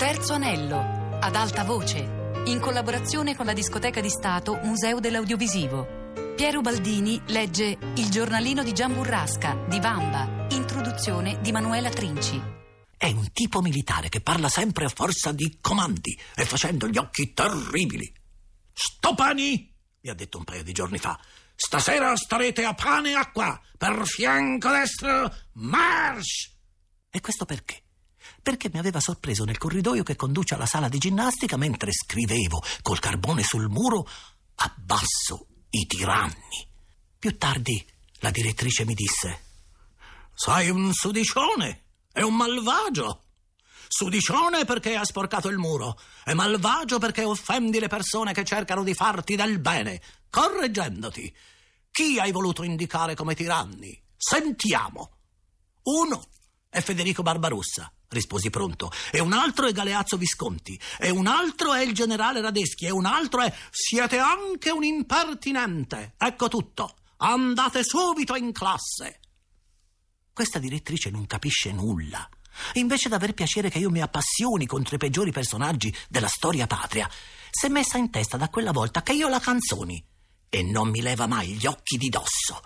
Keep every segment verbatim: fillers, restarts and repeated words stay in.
Terzo anello, ad alta voce, in collaborazione con la Discoteca di Stato Museo dell'Audiovisivo. Piero Baldini legge Il giornalino di Gian Burrasca, di Vamba, introduzione di Manuela Trinci. È un tipo militare che parla sempre a forza di comandi e facendo gli occhi terribili. Stopani, mi ha detto un paio di giorni fa, stasera starete a pane e acqua, per fianco destro, march! E questo perché? Perché mi aveva sorpreso nel corridoio che conduce alla sala di ginnastica mentre scrivevo col carbone sul muro abbasso i tiranni. Più tardi la direttrice mi disse: sei un sudicione, è un malvagio. Sudicione perché ha sporcato il muro e malvagio perché offendi le persone che cercano di farti del bene, correggendoti. Chi hai voluto indicare come tiranni? Sentiamo. Uno è Federico Barbarossa, risposi pronto, e un altro è Galeazzo Visconti, e un altro è il generale Radeschi, e un altro è siete anche un impertinente. Ecco tutto. Andate subito in classe. Questa direttrice non capisce nulla. Invece d'aver piacere che io mi appassioni contro i peggiori personaggi della storia patria, s'è messa in testa da quella volta che io la canzoni e non mi leva mai gli occhi di dosso.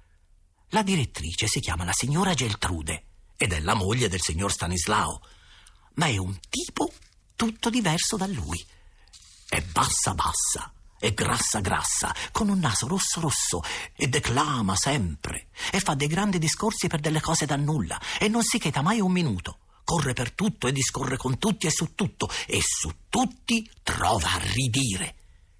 La direttrice si chiama la signora Geltrude ed è la moglie del signor Stanislao, ma è un tipo tutto diverso da lui. È bassa bassa, è grassa grassa, con un naso rosso rosso, e declama sempre, e fa dei grandi discorsi per delle cose da nulla, e non si cheta mai un minuto. Corre per tutto e discorre con tutti e su tutto, e su tutti trova a ridire.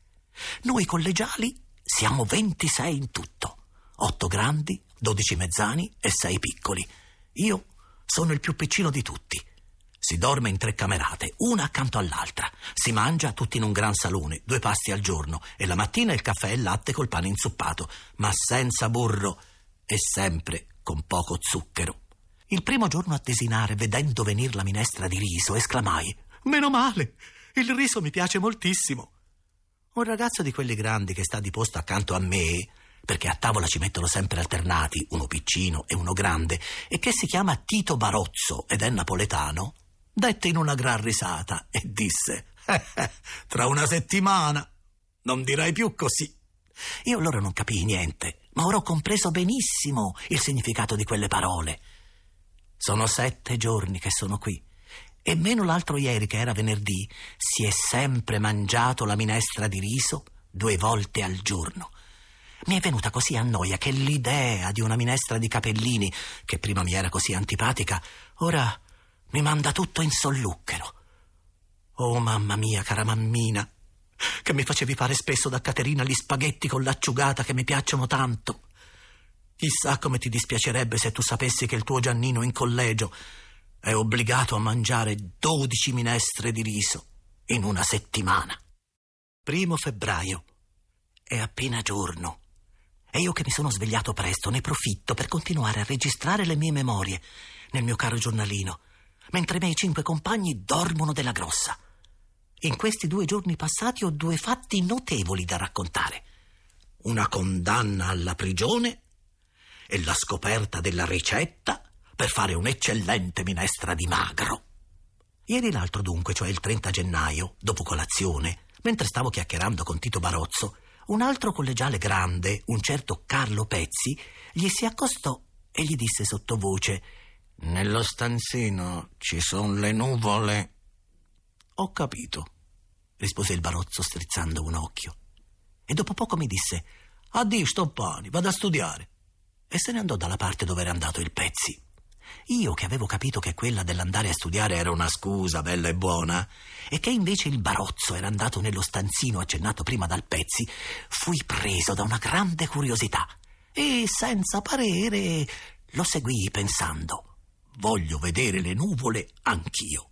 Noi collegiali siamo ventisei in tutto, otto grandi, dodici mezzani e sei piccoli. Io sono il più piccino di tutti. Si dorme in tre camerate, una accanto all'altra. Si mangia tutti in un gran salone, due pasti al giorno, e la mattina il caffè e il latte col pane inzuppato, ma senza burro e sempre con poco zucchero. Il primo giorno a desinare, vedendo venir la minestra di riso, esclamai: meno male, il riso mi piace moltissimo. Un ragazzo di quelli grandi che sta di posto accanto a me, perché a tavola ci mettono sempre alternati, uno piccino e uno grande, e che si chiama Tito Barozzo ed è napoletano, dette in una gran risata e disse: eh, eh, tra una settimana non dirai più così. Io allora non capii niente, ma ora ho compreso benissimo il significato di quelle parole. Sono sette giorni che sono qui, e meno l'altro ieri che era venerdì, si è sempre mangiato la minestra di riso due volte al giorno. Mi è venuta così a noia che l'idea di una minestra di capellini, che prima mi era così antipatica, ora mi manda tutto in solluchero. Oh mamma mia, cara mammina, che mi facevi fare spesso da Caterina gli spaghetti con l'acciugata che mi piacciono tanto. Chissà come ti dispiacerebbe se tu sapessi che il tuo Giannino in collegio è obbligato a mangiare dodici minestre di riso in una settimana. Primo febbraio. È appena giorno. E io che mi sono svegliato presto ne profitto per continuare a registrare le mie memorie nel mio caro giornalino, mentre i miei cinque compagni dormono della grossa. In questi due giorni passati ho due fatti notevoli da raccontare: una condanna alla prigione e la scoperta della ricetta per fare un'eccellente minestra di magro. Ieri l'altro dunque, cioè il trenta gennaio, dopo colazione, mentre stavo chiacchierando con Tito Barozzo, un altro collegiale grande, un certo Carlo Pezzi, gli si accostò e gli disse sottovoce: nello stanzino ci sono le nuvole. Ho capito, rispose il Barozzo strizzando un occhio. E dopo poco mi disse: addio Stoppani, vado a studiare. E se ne andò dalla parte dove era andato il Pezzi. Io, che avevo capito che quella dell'andare a studiare era una scusa bella e buona, e che invece il Barozzo era andato nello stanzino accennato prima dal Pezzi, fui preso da una grande curiosità e, senza parere, lo seguii pensando: voglio vedere le nuvole anch'io.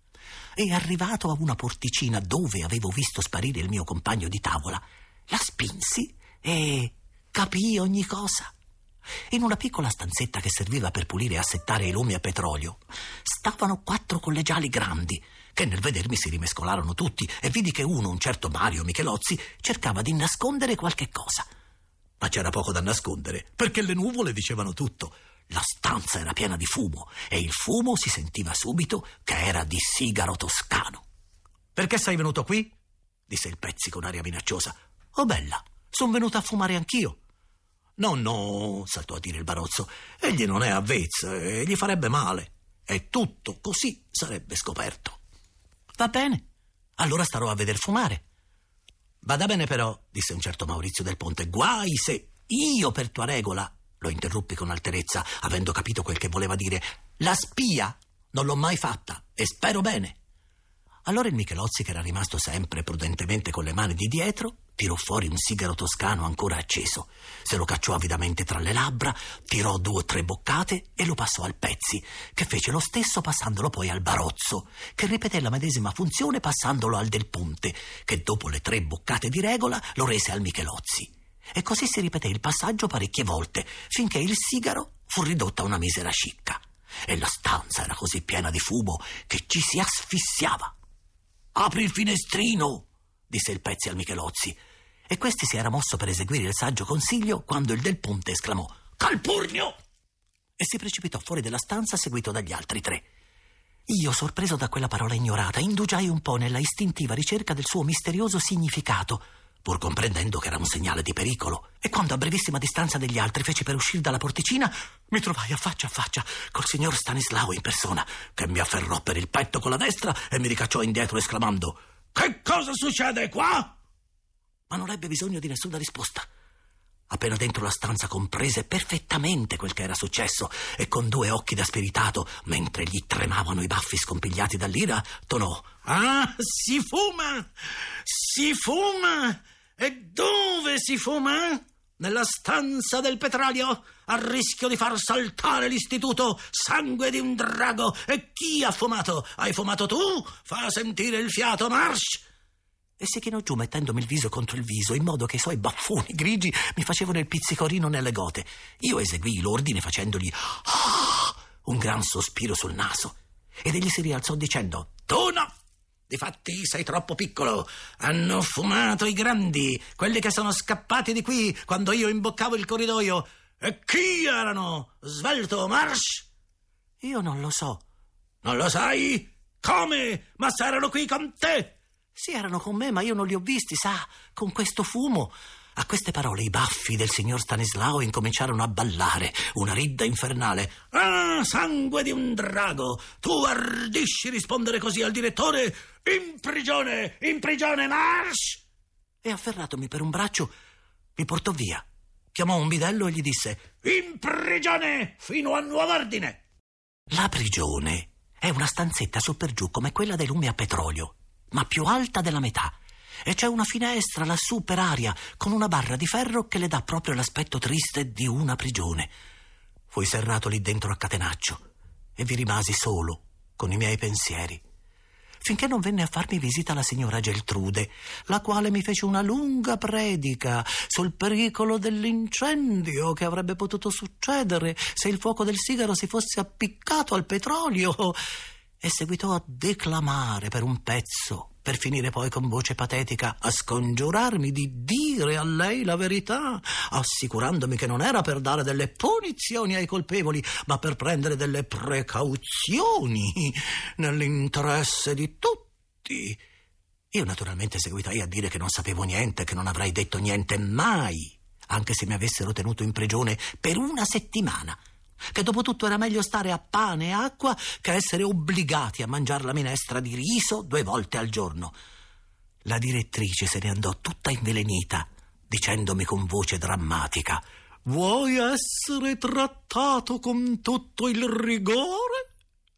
E arrivato a una porticina dove avevo visto sparire il mio compagno di tavola, la spinsi e capii ogni cosa. In una piccola stanzetta che serviva per pulire e assettare i lumi a petrolio stavano quattro collegiali grandi che nel vedermi si rimescolarono tutti, e vidi che uno, un certo Mario Michelozzi, cercava di nascondere qualche cosa. Ma c'era poco da nascondere, perché le nuvole dicevano tutto. La stanza era piena di fumo e il fumo si sentiva subito che era di sigaro toscano. «Perché sei venuto qui?» disse il Pezzi con aria minacciosa. «Oh bella, son venuto a fumare anch'io». «No, no», saltò a dire il Barozzo, «egli non è avvezzo e gli farebbe male. E tutto così sarebbe scoperto». «Va bene, allora starò a veder fumare». «Bada bene però», disse un certo Maurizio del Ponte, «guai se io per tua regola», lo interruppi con alterezza, avendo capito quel che voleva dire, «la spia non l'ho mai fatta e spero bene». Allora il Michelozzi, che era rimasto sempre prudentemente con le mani di dietro, tirò fuori un sigaro toscano ancora acceso, se lo cacciò avidamente tra le labbra, tirò due o tre boccate e lo passò al Pezzi, che fece lo stesso passandolo poi al Barozzo, che ripeté la medesima funzione passandolo al Del Ponte, che dopo le tre boccate di regola lo rese al Michelozzi. E così si ripeté il passaggio parecchie volte, finché il sigaro fu ridotto a una misera scicca. E la stanza era così piena di fumo che ci si asfissiava. «Apri il finestrino», disse il Pezzi al Michelozzi, e questi si era mosso per eseguire il saggio consiglio quando il Del Ponte esclamò «Calpurnio!» e si precipitò fuori della stanza seguito dagli altri tre. Io, sorpreso da quella parola ignorata, indugiai un po' nella istintiva ricerca del suo misterioso significato, pur comprendendo che era un segnale di pericolo, e quando a brevissima distanza degli altri feci per uscire dalla porticina, mi trovai a faccia a faccia col signor Stanislao in persona, che mi afferrò per il petto con la destra e mi ricacciò indietro esclamando «Che cosa succede qua?» Ma non ebbe bisogno di nessuna risposta. Appena dentro la stanza comprese perfettamente quel che era successo e con due occhi da spiritato, mentre gli tremavano i baffi scompigliati dall'ira, tonò «Ah, si fuma! Si fuma! E dove si fuma? Nella stanza del petrolio, a rischio di far saltare l'istituto, sangue di un drago. E chi ha fumato? Hai fumato tu? Fa sentire il fiato, marsh!» E si chinò giù mettendomi il viso contro il viso, in modo che i suoi baffoni grigi mi facevano il pizzicorino nelle gote. Io eseguii l'ordine facendogli ah, un gran sospiro sul naso, ed egli si rialzò dicendo «Tu no! Difatti sei troppo piccolo. Hanno fumato i grandi, quelli che sono scappati di qui quando io imboccavo il corridoio. E chi erano? Svelto, marsh!» «Io non lo so». «Non lo sai? Come? Ma se erano qui con te!» «Sì, erano con me, ma io non li ho visti, sa, con questo fumo». A queste parole i baffi del signor Stanislao incominciarono a ballare, una ridda infernale. «Ah, sangue di un drago! Tu ardisci rispondere così al direttore? In prigione! In prigione, marsh!» E afferratomi per un braccio mi portò via. Chiamò un bidello e gli disse «In prigione fino a nuovo ordine!» La prigione è una stanzetta su per giù come quella dei lumi a petrolio, ma più alta della metà. E c'è una finestra lassù per aria con una barra di ferro che le dà proprio l'aspetto triste di una prigione. Fui serrato lì dentro a catenaccio e vi rimasi solo con i miei pensieri, finché non venne a farmi visita la signora Geltrude, la quale mi fece una lunga predica sul pericolo dell'incendio che avrebbe potuto succedere se il fuoco del sigaro si fosse appiccato al petrolio, e seguitò a declamare per un pezzo, per finire poi con voce patetica a scongiurarmi di dire a lei la verità, assicurandomi che non era per dare delle punizioni ai colpevoli, ma per prendere delle precauzioni nell'interesse di tutti. Io naturalmente seguitai a dire che non sapevo niente, che non avrei detto niente mai, anche se mi avessero tenuto in prigione per una settimana, che dopo tutto era meglio stare a pane e acqua che essere obbligati a mangiare la minestra di riso due volte al giorno. La direttrice se ne andò tutta invelenita, dicendomi con voce drammatica: «Vuoi essere trattato con tutto il rigore?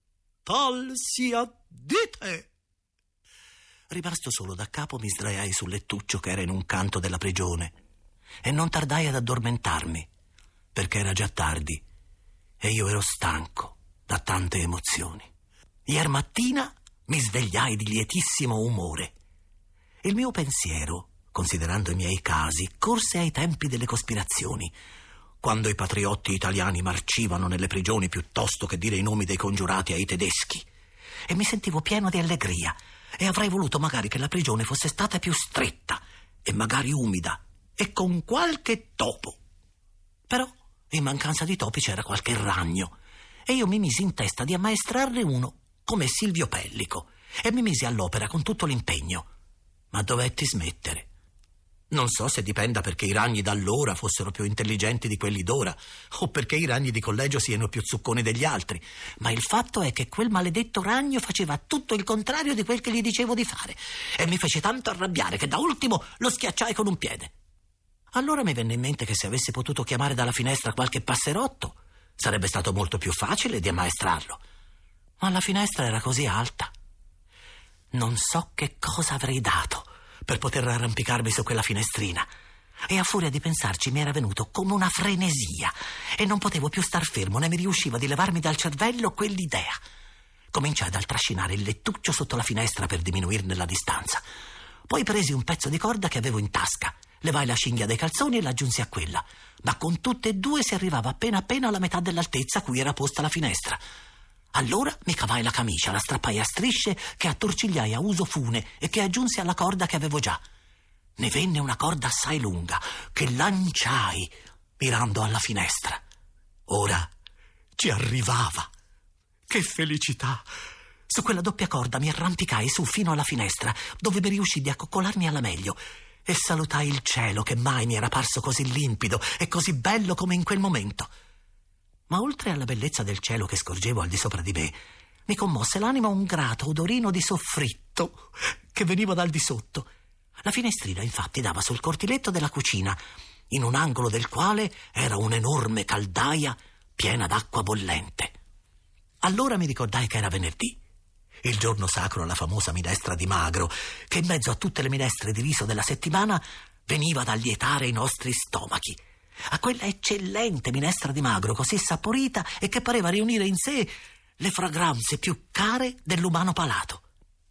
Tal sia di te!» Rimasto solo da capo, mi sdraiai sul lettuccio che era in un canto della prigione e non tardai ad addormentarmi, perché era già tardi e io ero stanco da tante emozioni. Ier mattina mi svegliai di lietissimo umore. Il mio pensiero, considerando i miei casi, corse ai tempi delle cospirazioni, quando i patriotti italiani marcivano nelle prigioni piuttosto che dire i nomi dei congiurati ai tedeschi, e mi sentivo pieno di allegria e avrei voluto magari che la prigione fosse stata più stretta e magari umida e con qualche topo. Però In mancanza di topi c'era qualche ragno e io mi misi in testa di ammaestrarne uno come Silvio Pellico e mi misi all'opera con tutto l'impegno, ma dovetti smettere. Non so se dipenda perché i ragni d'allora fossero più intelligenti di quelli d'ora o perché i ragni di collegio siano più zucconi degli altri, ma il fatto è che quel maledetto ragno faceva tutto il contrario di quel che gli dicevo di fare e mi fece tanto arrabbiare che da ultimo lo schiacciai con un piede. Allora mi venne in mente che se avessi potuto chiamare dalla finestra qualche passerotto sarebbe stato molto più facile di ammaestrarlo, ma la finestra era così alta. Non so che cosa avrei dato per poter arrampicarmi su quella finestrina. E a furia di pensarci mi era venuto come una frenesia e non potevo più star fermo, né mi riusciva di levarmi dal cervello quell'idea. Cominciai dal trascinare il lettuccio sotto la finestra per diminuirne la distanza. Poi presi un pezzo di corda che avevo in tasca, levai la cinghia dei calzoni e l'aggiunsi a quella, ma con tutte e due si arrivava appena appena alla metà dell'altezza a cui era posta la finestra. Allora mi cavai la camicia, la strappai a strisce che attorcigliai a uso fune e che aggiunsi alla corda che avevo già. Ne venne una corda assai lunga che lanciai mirando alla finestra. Ora ci arrivava. Che felicità! Su quella doppia corda mi arrampicai su fino alla finestra, dove mi riuscì di accoccolarmi alla meglio e salutai il cielo che mai mi era parso così limpido e così bello come in quel momento. Ma oltre alla bellezza del cielo che scorgevo al di sopra di me, mi commosse l'anima un grato odorino di soffritto che veniva dal di sotto. La finestrina infatti dava sul cortiletto della cucina, in un angolo del quale era un'enorme caldaia piena d'acqua bollente. Allora mi ricordai che era venerdì, il giorno sacro alla famosa minestra di magro, che in mezzo a tutte le minestre di riso della settimana veniva ad allietare i nostri stomachi, a quella eccellente minestra di magro così saporita e che pareva riunire in sé le fragranze più care dell'umano palato.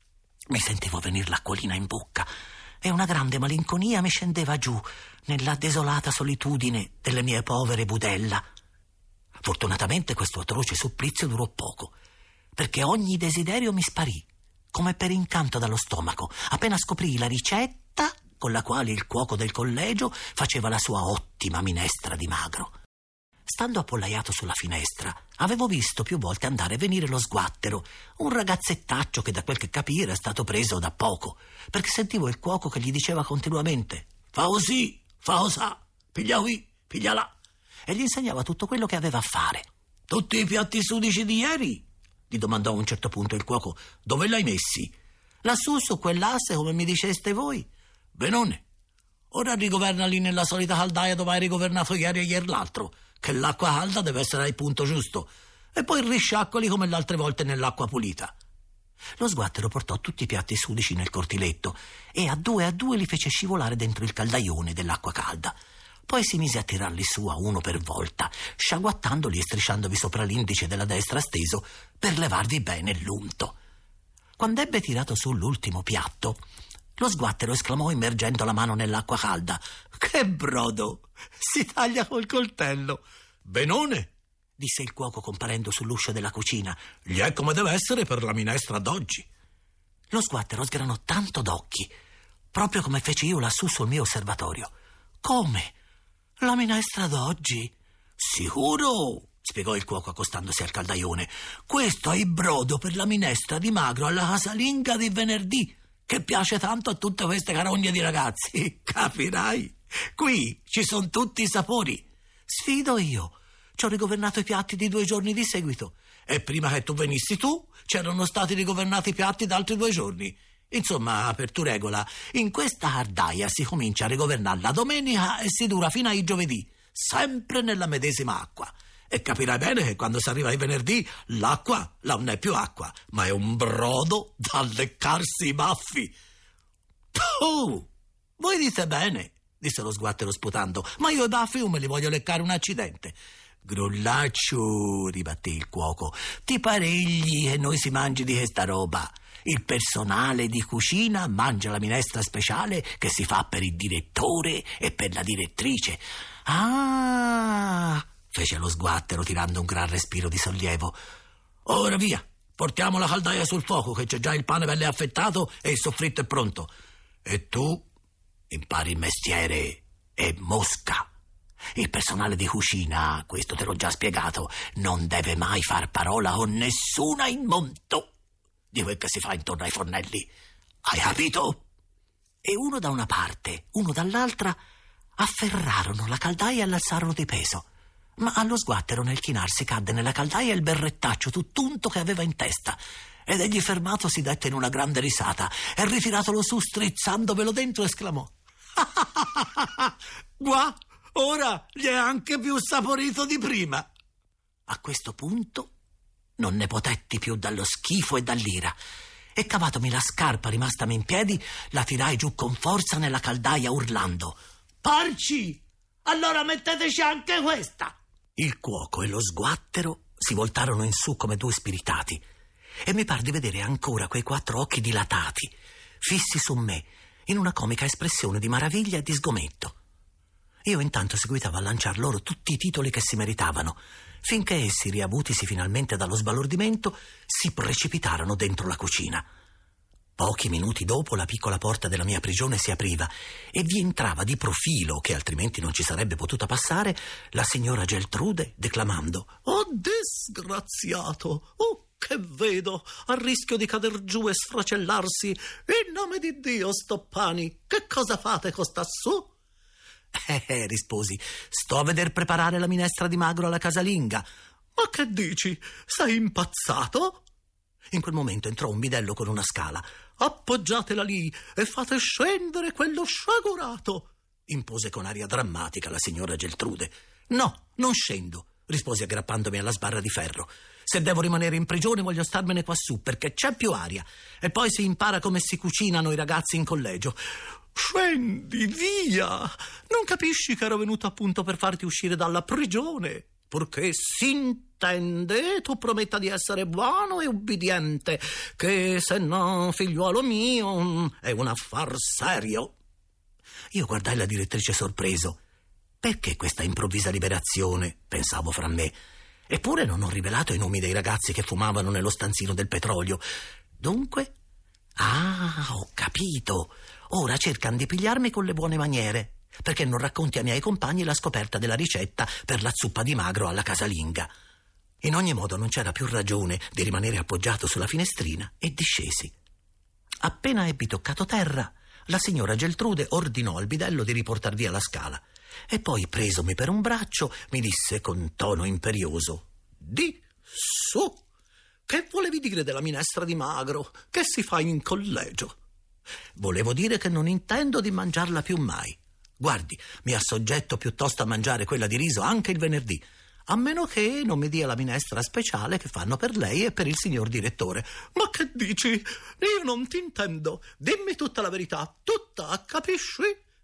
Mi sentivo venir l'acquolina in bocca e una grande malinconia mi scendeva giù nella desolata solitudine delle mie povere budella. Fortunatamente questo atroce supplizio durò poco, perché ogni desiderio mi sparì, come per incanto dallo stomaco, appena scoprii la ricetta con la quale il cuoco del collegio faceva la sua ottima minestra di magro. Stando appollaiato sulla finestra, avevo visto più volte andare e venire lo sguattero, un ragazzettaccio che da quel che capì era stato preso da poco, perché sentivo il cuoco che gli diceva continuamente «Fa così, fa osà, piglia qui, piglia là», e gli insegnava tutto quello che aveva a fare. «Tutti i piatti sudici di ieri?» gli domandò a un certo punto il cuoco. «Dove l'hai messi?» «Lassù su quell'asse, come mi diceste voi». «Benone, ora rigovernali nella solita caldaia dove hai rigovernato ieri e ieri l'altro, che l'acqua calda deve essere al punto giusto, e poi risciacquali come le altre volte nell'acqua pulita». Lo sguattero portò tutti i piatti sudici nel cortiletto e a due a due li fece scivolare dentro il caldaione dell'acqua calda. Poi si mise a tirarli su a uno per volta, sciaguattandoli e strisciandovi sopra l'indice della destra steso per levarvi bene l'unto. Quando ebbe tirato su l'ultimo piatto, lo sguattero esclamò immergendo la mano nell'acqua calda: «Che brodo! Si taglia col coltello!» «Benone!» disse il cuoco comparendo sull'uscio della cucina. «Gli è come deve essere per la minestra d'oggi». Lo sguattero sgranò tanto d'occhi, proprio come feci io lassù sul mio osservatorio. «Come? La minestra d'oggi?» «Sicuro!» spiegò il cuoco accostandosi al caldaione. «Questo è il brodo per la minestra di magro alla casalinga di venerdì, che piace tanto a tutte queste carogne di ragazzi. Capirai? Qui ci sono tutti i sapori. Sfido io. Ci ho rigovernato i piatti di due giorni di seguito. E prima che tu venissi tu, c'erano stati rigovernati i piatti d'altri due giorni. Insomma, per tu regola, in questa caldaia si comincia a rigovernare la domenica e si dura fino ai giovedì, sempre nella medesima acqua. E capirai bene che quando si arriva ai venerdì, l'acqua non è più acqua, ma è un brodo da leccarsi i baffi». «Oh, voi dite bene», disse lo sguattero sputando, «ma io i baffi non me li voglio leccare un accidente». «Grullaccio», ribatté il cuoco, «ti paregli che noi si mangi di questa roba? Il personale di cucina mangia la minestra speciale che si fa per il direttore e per la direttrice». «Ah», fece lo sguattero tirando un gran respiro di sollievo. «Ora via, portiamo la caldaia sul fuoco che c'è già il pane belle affettato e il soffritto è pronto. E tu impari il mestiere e mosca». Il personale di cucina, questo te l'ho già spiegato, non deve mai far parola con nessuna in monto di quel che si fa intorno ai fornelli. Hai capito? E uno da una parte, uno dall'altra, afferrarono la caldaia e l'alzarono di peso. Ma allo sguattero nel chinarsi cadde nella caldaia il berrettaccio tutt'unto che aveva in testa. Ed egli fermato si dette in una grande risata e ritiratolo su strizzandovelo dentro esclamò: «Guà, ora gli è anche più saporito di prima». A questo punto non ne potetti più dallo schifo e dall'ira e cavatomi la scarpa rimastami in piedi, la tirai giù con forza nella caldaia urlando: «Porci! Allora metteteci anche questa!» Il cuoco e lo sguattero si voltarono in su come due spiritati e mi par di vedere ancora quei quattro occhi dilatati, fissi su me, in una comica espressione di maraviglia e di sgomento. Io intanto seguitavo a lanciar loro tutti i titoli che si meritavano, finché essi, riavutisi finalmente dallo sbalordimento, si precipitarono dentro la cucina. Pochi minuti dopo la piccola porta della mia prigione si apriva e vi entrava di profilo, che altrimenti non ci sarebbe potuta passare, la signora Geltrude declamando: «Oh disgraziato! Oh, che vedo, a rischio di cader giù e sfracellarsi! In nome di Dio, Stoppani, che cosa fate costassù?» Eh, eh, risposi, «sto a veder preparare la minestra di magro alla casalinga». «Ma che dici? Sei impazzato?» In quel momento entrò un bidello con una scala. «Appoggiatela lì e fate scendere quello sciagurato», impose con aria drammatica la signora Geltrude. «No, non scendo», risposi aggrappandomi alla sbarra di ferro. «Se devo rimanere in prigione voglio starmene quassù perché c'è più aria e poi si impara come si cucinano i ragazzi in collegio». «Scendi, via! Non capisci che ero venuto appunto per farti uscire dalla prigione? Purché s'intende tu prometta di essere buono e ubbidiente, che se no, figliuolo mio, è un affar serio». Io guardai la direttrice sorpreso. «Perché questa improvvisa liberazione?» pensavo fra me. Eppure non ho rivelato i nomi dei ragazzi che fumavano nello stanzino del petrolio. Dunque? Ah, ho capito. Ora cercano di pigliarmi con le buone maniere, perché non racconti ai miei compagni la scoperta della ricetta per la zuppa di magro alla casalinga. In ogni modo non c'era più ragione di rimanere appoggiato sulla finestrina e discesi. Appena ebbi toccato terra, la signora Geltrude ordinò al bidello di riportar via la scala e poi, presomi per un braccio, mi disse con tono imperioso: «Di su! Che volevi dire della minestra di magro che si fa in collegio?» «Volevo dire che non intendo di mangiarla più mai. Guardi, mi assoggetto piuttosto a mangiare quella di riso anche il venerdì, a meno che non mi dia la minestra speciale che fanno per lei e per il signor direttore». «Ma che dici? Io non ti intendo. Dimmi tutta la verità, tutta, capisci?»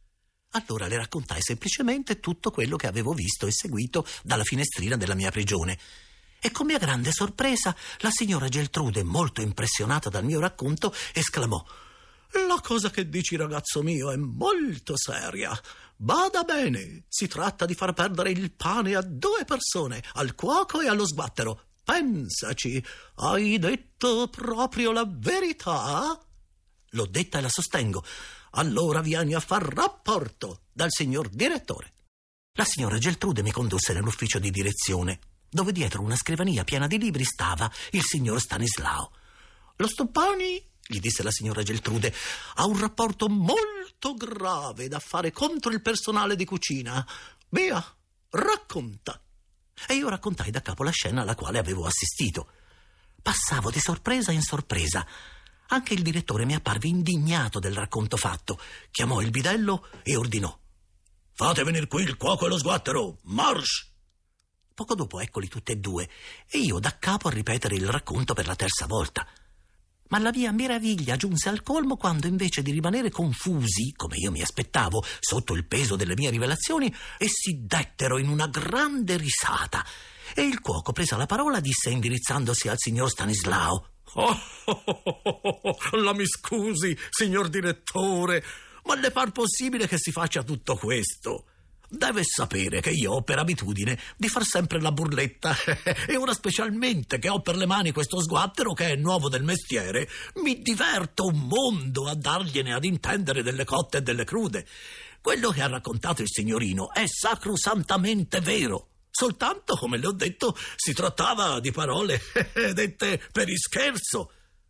Allora le raccontai semplicemente tutto quello che avevo visto e seguito dalla finestrina della mia prigione. E con mia grande sorpresa la signora Geltrude, molto impressionata dal mio racconto, esclamò: «La cosa che dici, ragazzo mio, è molto seria. Bada bene, si tratta di far perdere il pane a due persone, al cuoco e allo sguattero. Pensaci, hai detto proprio la verità?» «L'ho detta e la sostengo». «Allora vieni a far rapporto dal signor direttore». La signora Geltrude mi condusse nell'ufficio di direzione, dove dietro una scrivania piena di libri stava il signor Stanislao. «Lo Stoppani», gli disse la signora Geltrude, «ha un rapporto molto grave da fare contro il personale di cucina. Via, racconta». E io raccontai da capo la scena alla quale avevo assistito. Passavo di sorpresa in sorpresa. Anche il direttore mi apparve indignato del racconto fatto. Chiamò il bidello e ordinò: «Fate venir qui il cuoco e lo sguattero, march!» Poco dopo eccoli tutti e due, e io da capo a ripetere il racconto per la terza volta. Ma la mia meraviglia giunse al colmo quando, invece di rimanere confusi, come io mi aspettavo, sotto il peso delle mie rivelazioni, essi dettero in una grande risata. E il cuoco, presa la parola, disse indirizzandosi al signor Stanislao: «Oh, oh, oh, oh, oh, la mi scusi, signor direttore, ma le par possibile che si faccia tutto questo? Deve sapere che io ho per abitudine di far sempre la burletta e ora specialmente che ho per le mani questo sguattero che è nuovo del mestiere, mi diverto un mondo a dargliene ad intendere delle cotte e delle crude. quello che ha raccontato il signorino è sacrosantamente vero. Soltanto, come le ho detto, si trattava di parole dette per ischerzo.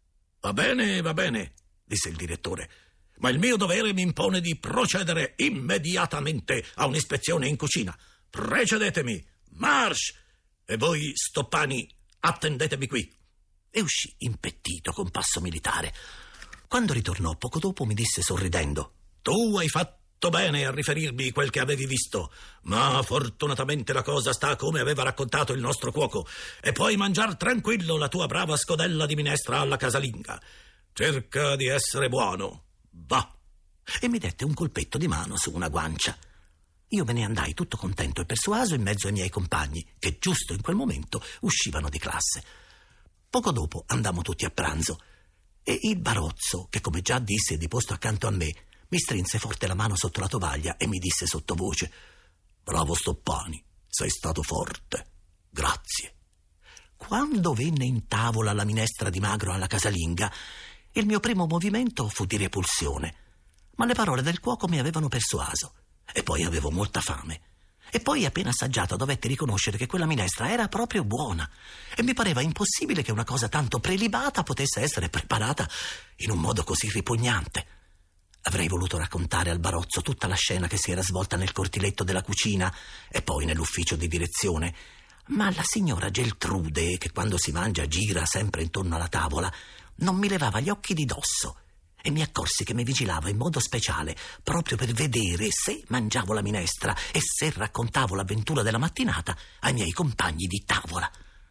Va bene, va bene, disse il direttore, ma il mio dovere mi impone di procedere immediatamente a un'ispezione in cucina. Precedetemi, march! E voi, Stoppani, attendetemi qui. E uscì impettito con passo militare. Quando ritornò poco dopo mi disse sorridendo: tu hai fatto bene a riferirmi quel che avevi visto, ma fortunatamente la cosa sta come aveva raccontato il nostro cuoco e puoi mangiar tranquillo la tua brava scodella di minestra alla casalinga. Cerca di essere buono, va. E mi dette un colpetto di mano su una guancia. Io me ne andai tutto contento e persuaso in mezzo ai miei compagni, che giusto in quel momento uscivano di classe. Poco dopo andammo tutti a pranzo e il Barozzo, che come già disse è di posto accanto a me, mi strinse forte la mano sotto la tovaglia e mi disse sottovoce: bravo Stoppani, sei stato forte, grazie. Quando venne in tavola la minestra di magro alla casalinga, il mio primo movimento fu di repulsione, ma le parole del cuoco mi avevano persuaso. E poi avevo molta fame. E poi, appena assaggiata, dovetti riconoscere che quella minestra era proprio buona. E mi pareva impossibile che una cosa tanto prelibata potesse essere preparata in un modo così ripugnante. Avrei voluto raccontare al Barozzo tutta la scena che si era svolta nel cortiletto della cucina e poi nell'ufficio di direzione, ma la signora Geltrude, che quando si mangia gira sempre intorno alla tavola, non mi levava gli occhi di dosso. E mi accorsi che mi vigilava in modo speciale proprio per vedere se mangiavo la minestra e se raccontavo l'avventura della mattinata ai miei compagni di tavola.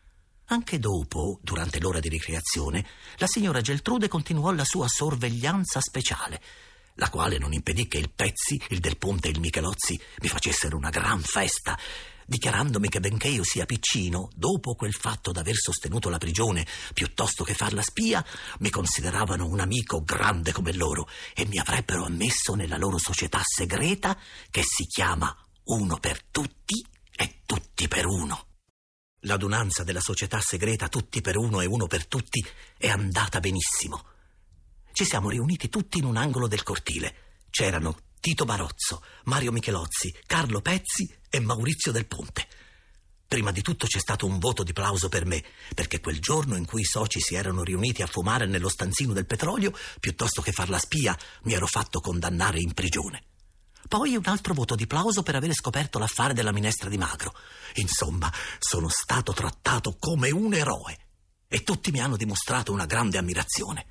Anche dopo, durante l'ora di ricreazione, la signora Geltrude continuò la sua sorveglianza speciale, la quale non impedì che il Pezzi, il Del Ponte e il Michelozzi mi facessero una gran festa, dichiarandomi che benché io sia piccino, dopo quel fatto d'aver sostenuto la prigione piuttosto che farla spia, mi consideravano un amico grande come loro e mi avrebbero ammesso nella loro società segreta che si chiama Uno per Tutti e Tutti per Uno. L'adunanza della società segreta Tutti per Uno e Uno per Tutti è andata benissimo. Ci siamo riuniti tutti in un angolo del cortile. C'erano Tito Barozzo, Mario Michelozzi, Carlo Pezzi e Maurizio Del Ponte. Prima di tutto c'è stato un voto di plauso per me, perché quel giorno in cui i soci si erano riuniti a fumare nello stanzino del petrolio, piuttosto che far la spia, mi ero fatto condannare in prigione. Poi un altro voto di plauso per aver scoperto l'affare della minestra di magro. Insomma, sono stato trattato come un eroe e tutti mi hanno dimostrato una grande ammirazione.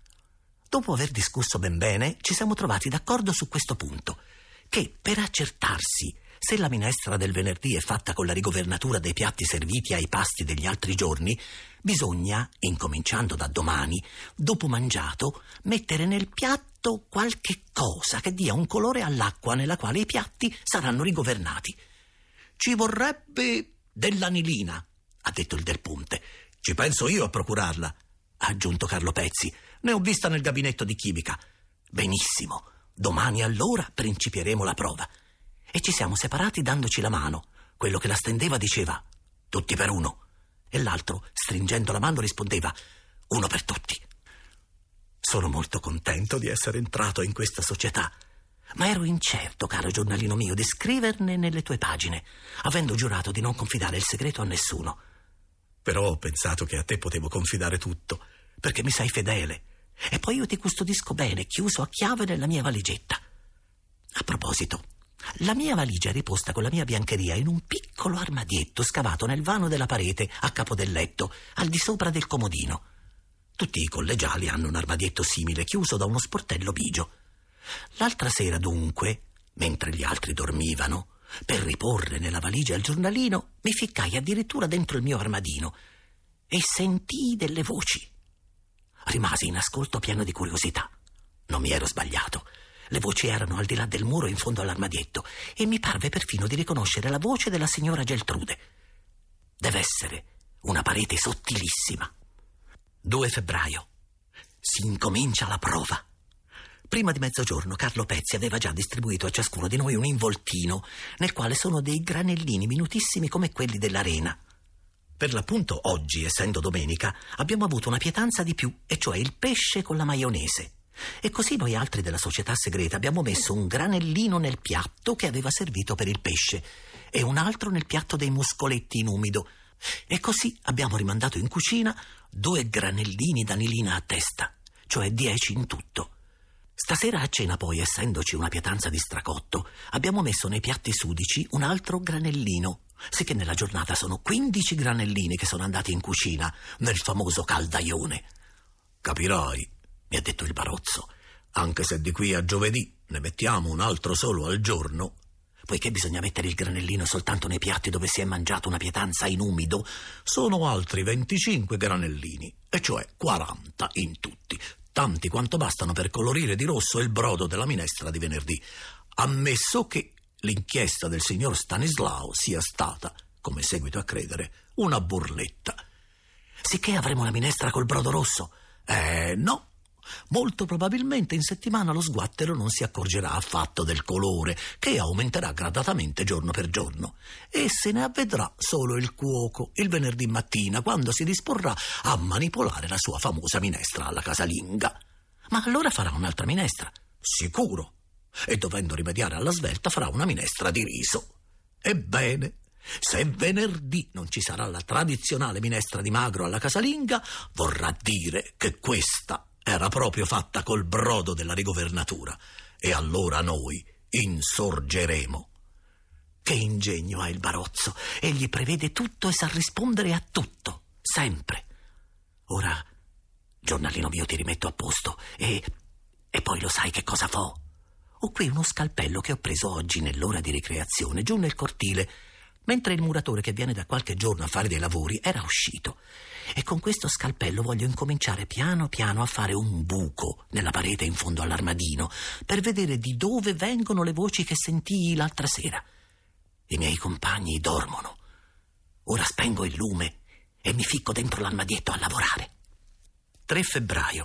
Dopo aver discusso ben bene, ci siamo trovati d'accordo su questo punto, che per accertarsi se la minestra del venerdì è fatta con la rigovernatura dei piatti serviti ai pasti degli altri giorni, bisogna, incominciando da domani, dopo mangiato, mettere nel piatto qualche cosa che dia un colore all'acqua nella quale i piatti saranno rigovernati. Ci vorrebbe dell'anilina, ha detto il Del Ponte. Ci penso io a procurarla, ha aggiunto Carlo Pezzi. Ne ho vista nel gabinetto di chimica. Benissimo, domani allora principieremo la prova. E ci siamo separati dandoci la mano. Quello che la stendeva diceva tutti per uno e l'altro, stringendo la mano, rispondeva uno per tutti. Sono molto contento di essere entrato in questa società, ma ero incerto, caro giornalino mio, di scriverne nelle tue pagine, avendo giurato di non confidare il segreto a nessuno. Però ho pensato che a te potevo confidare tutto, perché mi sei fedele. E poi io ti custodisco bene, chiuso a chiave nella mia valigetta. A proposito, la mia valigia è riposta con la mia biancheria in un piccolo armadietto scavato nel vano della parete a capo del letto, al di sopra del comodino. Tutti i collegiali hanno un armadietto simile, chiuso da uno sportello bigio. L'altra sera, dunque, mentre gli altri dormivano, per riporre nella valigia il giornalino, mi ficcai addirittura dentro il mio armadino e sentii delle voci. Rimasi in ascolto pieno di curiosità. Non mi ero sbagliato. Le voci erano al di là del muro in fondo all'armadietto e mi parve perfino di riconoscere la voce della signora Geltrude. Deve essere una parete sottilissima. due febbraio. Si incomincia la prova. Prima di mezzogiorno Carlo Pezzi aveva già distribuito a ciascuno di noi un involtino nel quale sono dei granellini minutissimi come quelli dell'arena. Per l'appunto oggi, essendo domenica, abbiamo avuto una pietanza di più, e cioè il pesce con la maionese. E così noi altri della società segreta abbiamo messo un granellino nel piatto che aveva servito per il pesce e un altro nel piatto dei muscoletti in umido. E così abbiamo rimandato in cucina due granellini d'anilina a testa, cioè dieci in tutto. Stasera a cena poi, essendoci una pietanza di stracotto, abbiamo messo nei piatti sudici un altro granellino, sicché nella giornata sono quindici granellini che sono andati in cucina nel famoso caldaione. Capirai, mi ha detto il Barozzo, anche se di qui a giovedì ne mettiamo un altro solo al giorno, poiché bisogna mettere il granellino soltanto nei piatti dove si è mangiato una pietanza in umido, sono altri venticinque granellini, e cioè quaranta in tutti, tanti quanto bastano per colorire di rosso il brodo della minestra di venerdì, ammesso che l'inchiesta del signor Stanislao sia stata, come seguito a credere, una burletta. Sicché avremo la minestra col brodo rosso? Eh, no. Molto probabilmente in settimana lo sguattero non si accorgerà affatto del colore, che aumenterà gradatamente giorno per giorno, e se ne avvedrà solo il cuoco il venerdì mattina, quando si disporrà a manipolare la sua famosa minestra alla casalinga. Ma allora farà un'altra minestra, sicuro, e dovendo rimediare alla svelta farà una minestra di riso. Ebbene, se venerdì non ci sarà la tradizionale minestra di magro alla casalinga, vorrà dire che questa era proprio fatta col brodo della rigovernatura, e allora noi insorgeremo. Che ingegno ha il Barozzo! Egli prevede tutto e sa rispondere a tutto, sempre. Ora, giornalino mio, ti rimetto a posto e... e poi lo sai che cosa fo? Ho qui uno scalpello che ho preso oggi nell'ora di ricreazione giù nel cortile, mentre il muratore che viene da qualche giorno a fare dei lavori era uscito, e con questo scalpello voglio incominciare piano piano a fare un buco nella parete in fondo all'armadino per vedere di dove vengono le voci che sentii l'altra sera. I miei compagni dormono. Ora spengo il lume e mi ficco dentro l'armadietto a lavorare. tre febbraio.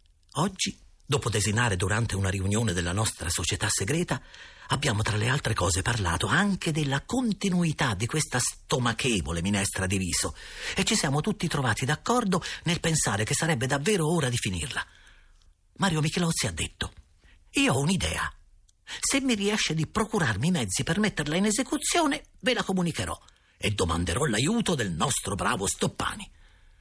Oggi, dopo desinare durante una riunione della nostra società segreta, abbiamo tra le altre cose parlato anche della continuità di questa stomachevole minestra di riso e ci siamo tutti trovati d'accordo nel pensare che sarebbe davvero ora di finirla. Mario Michelozzi ha detto: io ho un'idea. Se mi riesce di procurarmi i mezzi per metterla in esecuzione, ve la comunicherò e domanderò l'aiuto del nostro bravo Stoppani.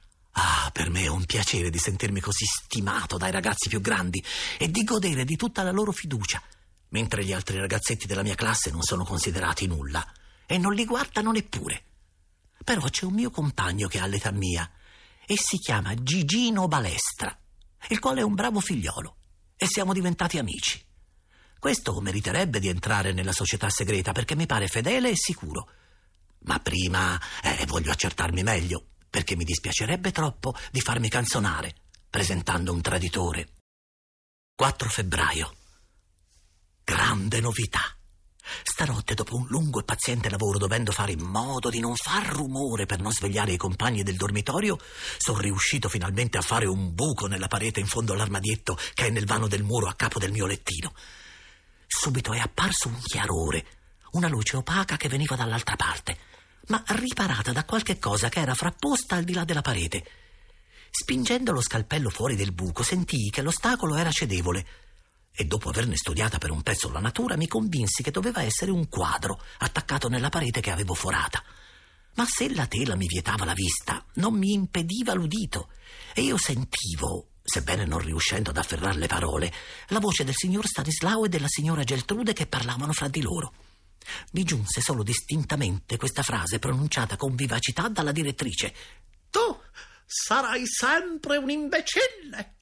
Ah, per me è un piacere di sentirmi così stimato dai ragazzi più grandi e di godere di tutta la loro fiducia, mentre gli altri ragazzetti della mia classe non sono considerati nulla e non li guardano neppure. Però c'è un mio compagno che ha l'età mia e si chiama Gigino Balestra, il quale è un bravo figliolo, e siamo diventati amici. Questo meriterebbe di entrare nella società segreta perché mi pare fedele e sicuro. Ma prima eh, voglio accertarmi meglio, perché mi dispiacerebbe troppo di farmi canzonare presentando un traditore. quattro febbraio. Grande novità. Stanotte, dopo un lungo e paziente lavoro, dovendo fare in modo di non far rumore per non svegliare i compagni del dormitorio, sono riuscito finalmente a fare un buco nella parete in fondo all'armadietto che è nel vano del muro a capo del mio lettino. Subito è apparso un chiarore, una luce opaca che veniva dall'altra parte, ma riparata da qualche cosa che era frapposta al di là della parete. Spingendo lo scalpello fuori del buco sentii che l'ostacolo era cedevole e dopo averne studiata per un pezzo la natura mi convinsi che doveva essere un quadro attaccato nella parete che avevo forata. Ma se la tela mi vietava la vista, non mi impediva l'udito e io sentivo, sebbene non riuscendo ad afferrar le parole, la voce del signor Stanislao e della signora Geltrude che parlavano fra di loro. Mi giunse solo distintamente questa frase pronunciata con vivacità dalla direttrice: tu sarai sempre un imbecille.